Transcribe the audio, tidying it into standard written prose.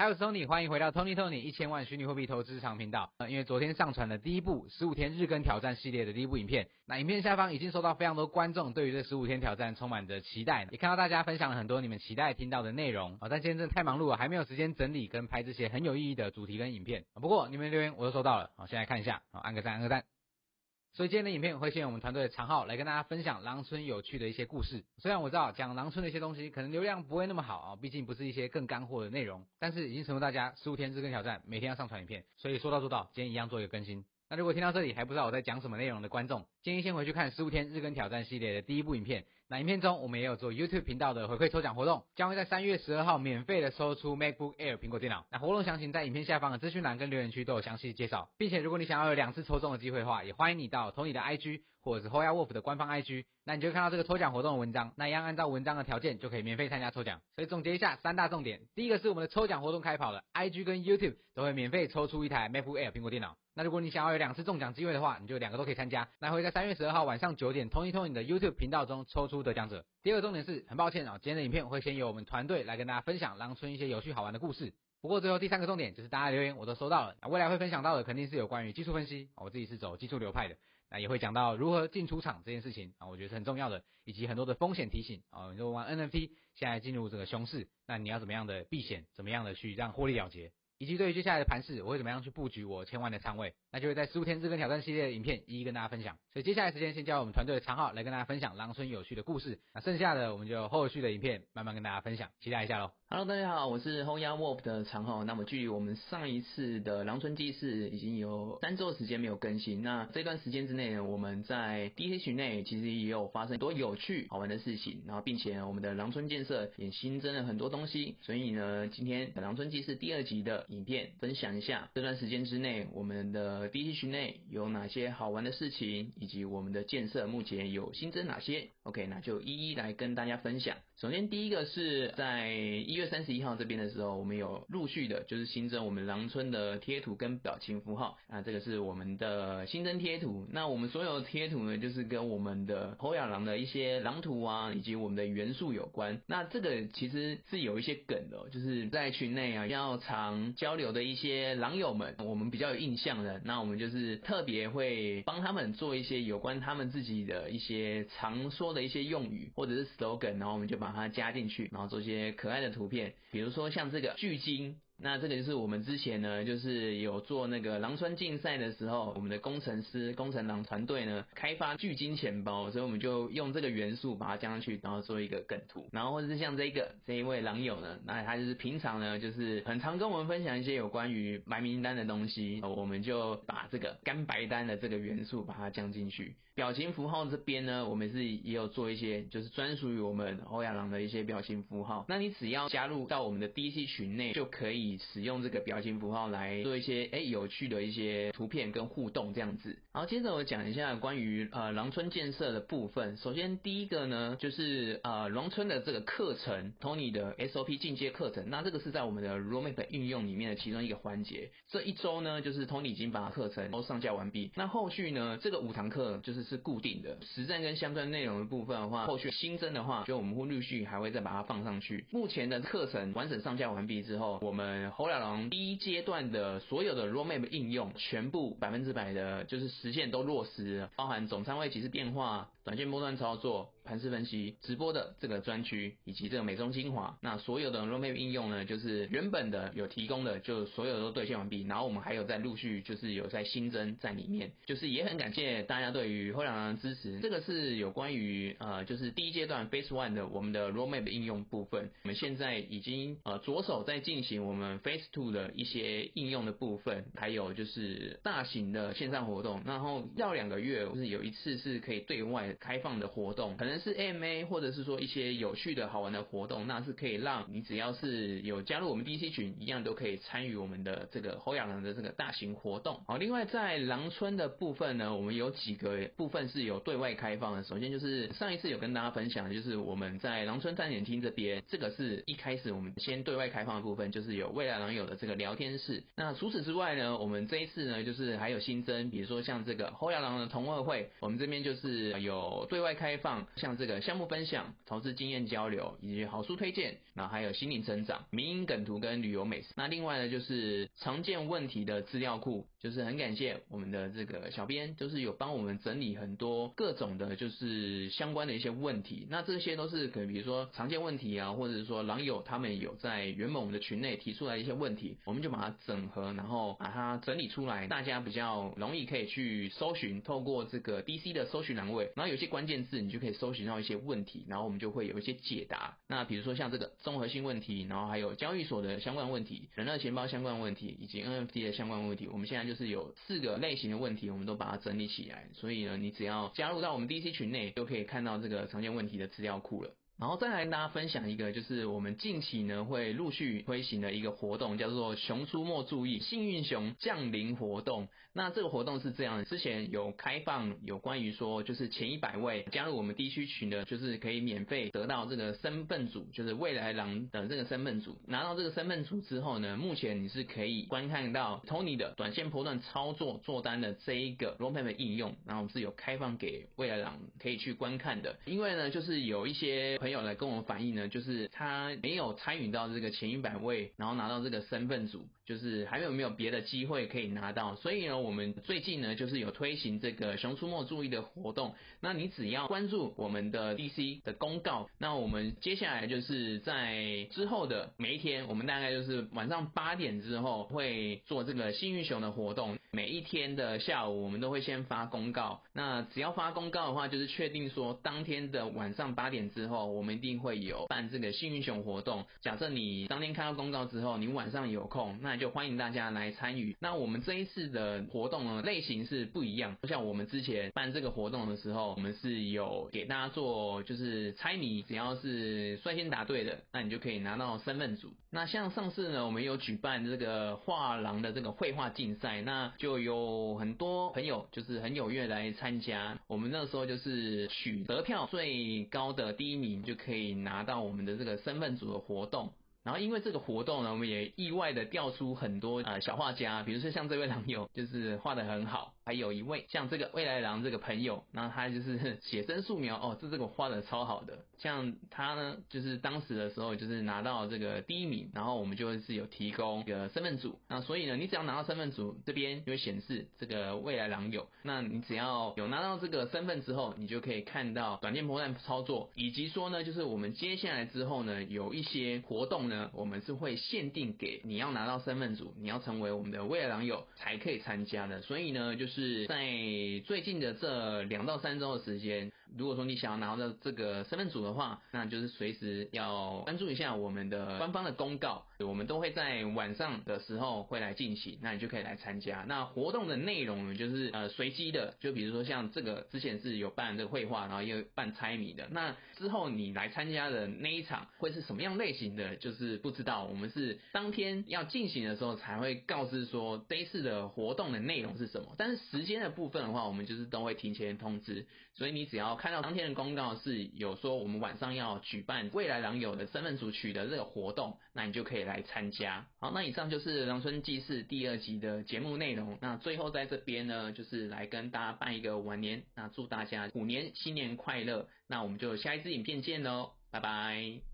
还有 Tony， 欢迎回到 Tony 1000万虚拟货币投资日常频道。因为昨天上传了第一部15天日更挑战系列的第一部影片，那影片下方已经收到非常多观众对于这15天挑战充满着期待，也看到大家分享了很多你们期待听到的内容。但今天真的太忙碌了，还没有时间整理跟拍这些很有意义的主题跟影片。不过你们的留言我都收到了，先来看一下，按个赞按个赞。所以今天的影片会先由我们团队的长浩来跟大家分享狼村有趣的一些故事。虽然我知道讲狼村的一些东西可能流量不会那么好毕竟不是一些更干货的内容，但是已经成为大家15天日更挑战每天要上传影片，所以说到做到，今天一样做一个更新。那如果听到这里还不知道我在讲什么内容的观众，建议先回去看15天日更挑战系列的第一部影片。那影片中我们也有做 YouTube 频道的回馈抽奖活动，将会在3月12号免费的抽出 MacBook Air 苹果电脑。那活动详情在影片下方的资讯栏跟留言区都有详细介绍，并且如果你想要有2次抽中的机会的话，也欢迎你到Tony的 IG 或者是 Hoya Wolf 的官方 IG， 那你就会看到这个抽奖活动的文章，那一样按照文章的条件就可以免费参加抽奖。所以总结一下3大重点，第一个是我们的抽奖活动开跑了， IG 跟 YouTube 都会免费抽出一台 MacBook Air 苹果电脑。那如果你想要有2次中奖机会的话，你就2个都可以参加，那会在3月12号晚上9点 Tony 的 YouTube 频道中抽出得奖者。第二个重点是，很抱歉今天的影片会先由我们团队来跟大家分享狼村一些有趣好玩的故事。不过最后第3个重点就是大家留言我都收到了，未来会分享到的肯定是有关于技术分析，我自己是走技术流派的，那也会讲到如何进出场这件事情我觉得是很重要的，以及很多的风险提醒你就玩 NFT 现在进入这个熊市，那你要怎么样的避险，怎么样的去让获利了结，以及对于接下来的盘势我会怎么样去布局我1000万的仓位，那就会在15天日更挑战系列的影片一一跟大家分享。所以接下来时间先交我们团队的长浩来跟大家分享狼村有趣的故事，那剩下的我们就后续的影片慢慢跟大家分享，期待一下咯。 Hello， 大家好，我是 Hoya Wolf 的长浩。那么距离我们上一次的狼村记事已经有3周的时间没有更新。那这段时间之内呢，我们在 DH 群内其实也有发生很多有趣好玩的事情，然后并且我们的狼村建设也新增了很多东西。所以呢，今天狼村记事第2集的影片分享一下这段时间之内我们的 DH 群内有哪些好玩的事情，以及我们的建设目前有新增哪些。OK， 那就一一来跟大家分享。首先第一个是在1月31号这边的时候，我们有陆续的就是新增我们狼村的贴图跟表情符号，那这个是我们的新增贴图。那我们所有的贴图呢，就是跟我们的Hoya狼的一些狼图以及我们的元素有关。那这个其实是有一些梗的就是在群内比较常交流的一些狼友们，我们比较有印象的，那我们就是特别会帮他们做一些有关他们自己的一些常说的一些用语或者是 slogan， 然后我们就把它加进去，然后做一些可爱的图片，比如说像这个巨鲸。那这个就是我们之前呢，就是有做那个狼村竞赛的时候，我们的工程狼团队呢开发巨鲸钱包，所以我们就用这个元素把它加上去，然后做一个梗图。然后或者是像这一位狼友呢，那他就是平常呢就是很常跟我们分享一些有关于白名单的东西，我们就把这个干白单的这个元素把它降进去。表情符号这边呢，我们也有做一些就是专属于我们欧亚狼的一些表情符号。那你只要加入到我们的 DC 群内，就可以使用这个表情符号来做一些有趣的一些图片跟互动这样子。好，接着我讲一下关于狼村建设的部分。首先第一个呢，就是狼村的这个课程 Tony 的 SOP 进阶课程，那这个是在我们的 Roadmap 应用里面的其中一个环节。这一周呢，就是 Tony 已经把课程都上架完毕。那后续呢，这个5堂课就是固定的，实战跟相关内容的部分的话，后续新增的话，就我们会陆续还会再把它放上去。目前的课程完整上架完毕之后，我们Hoya狼第一阶段的所有的 Roadmap 应用全部100%的就是实现都落实了，包含总仓位几次变化、短线波段操作、盘势分析、直播的这个专区以及这个美中精华。那所有的 Roadmap 应用呢，就是原本的有提供的就所有都兑现完毕，然后我们还有在陆续就是有在新增在里面，就是也很感谢大家对于Hoya狼的支持。这个是有关于就是第一阶段 Phase 1的我们的 Roadmap 应用部分，我们现在已经着手在进行我们 Phase 2的一些应用的部分，还有就是大型的线上活动，然后要2个月就是有一次是可以对外开放的活动，可能是 AMA 或者是说一些有趣的好玩的活动，那是可以让你只要是有加入我们 DC 群一样都可以参与我们的这个Hoya狼的这个大型活动。好，另外在狼村的部分呢，我们有几个部分是有对外开放的。首先就是上一次有跟大家分享的，就是我们在狼村探险厅这边，这个是一开始我们先对外开放的部分，就是有未来狼友的这个聊天室。那除此之外呢，我们这一次呢就是还有新增，比如说像这个Hoya狼的同乐会，我们这边就是有有对外开放，像这个项目分享、投资经验交流以及好书推荐，然后还有心灵成长、迷因梗图跟旅游美食。那另外呢就是常见问题的资料库，就是很感谢我们的这个小编，就是有帮我们整理很多各种的就是相关的一些问题。那这些都是可能比如说常见问题啊，或者是说狼友他们有在原本我们的群内提出来一些问题，我们就把它整合，然后把它整理出来，大家比较容易可以去搜寻，透过这个 DC 的搜寻栏位，然后有些关键字你就可以搜寻到一些问题，然后我们就会有一些解答。那比如说像这个综合性问题，然后还有交易所的相关问题、人热钱包相关问题以及 NFT 的相关问题，我们现在就是有4个类型的问题，我们都把它整理起来，所以呢你只要加入到我们 DC 群内就可以看到这个常见问题的资料库了。然后再来跟大家分享一个，就是我们近期呢会陆续推行的一个活动，叫做熊出没注意幸运熊降临活动。那这个活动是这样的，之前有开放有关于说就是前100位加入我们地区群的，就是可以免费得到这个身份组，就是未来狼的这个身份组。拿到这个身份组之后呢，目前你是可以观看到 Tony 的短线波段操作做单的这一个 Roadmap 应用，然后我们是有开放给未来狼可以去观看的。因为呢就是有一些朋友来跟我们反映呢，就是他没有参与到这个前100位，然后拿到这个身份组，就是还有没有别的机会可以拿到。所以呢我们最近呢就是有推行这个熊出没注意的活动，那你只要关注我们的 DC 的公告，那我们接下来就是在之后的每一天，我们大概就是晚上8点之后会做这个幸运熊的活动，每一天的下午我们都会先发公告，那只要发公告的话，就是确定说当天的晚上8点之后我们一定会有办这个幸运熊活动。假设你当天看到公告之后你晚上有空，那就欢迎大家来参与。那我们这一次的活动呢类型是不一样，就像我们之前办这个活动的时候，我们是有给大家做就是猜谜，只要是率先答对的，那你就可以拿到身份组。那像上次呢我们有举办这个画廊的这个绘画竞赛，那就有很多朋友就是很踊跃来参加，我们那时候就是取得票最高的第1名就可以拿到我们的这个身份组的活动。然后因为这个活动呢，我们也意外的调出很多小画家，比如说像这位狼友就是画得很好，还有一位像这个未来狼这个朋友，那他就是写生素描哦，这个画得超好的。像他呢就是当时的时候就是拿到这个第1名，然后我们就是有提供一个身份组，那所以呢你只要拿到身份组这边就会显示这个未来狼友，那你只要有拿到这个身份之后，你就可以看到短线波段操作，以及说呢就是我们接下来之后呢有一些活动呢我们是会限定给你要拿到身份组，你要成为我们的未来狼友才可以参加的。所以呢就是在最近的这2到3周的时间，如果说你想要拿到这个身份组的话，那就是随时要关注一下我们的官方的公告，我们都会在晚上的时候会来进行，那你就可以来参加。那活动的内容呢就是随机的，就比如说像这个之前是有办这个绘画，然后也有办猜谜的，那之后你来参加的那一场会是什么样类型的就是不知道，我们是当天要进行的时候才会告知说这一次的活动的内容是什么，但是时间的部分的话我们就是都会提前通知，所以你只要看到当天的公告是有说我们晚上要举办未来狼友的身份组取的这个活动，那你就可以来参加。好，那以上就是狼村记事第2集的节目内容，那最后在这边呢就是来跟大家办一个晚年，那祝大家虎年新年快乐，那我们就下一支影片见咯，拜拜。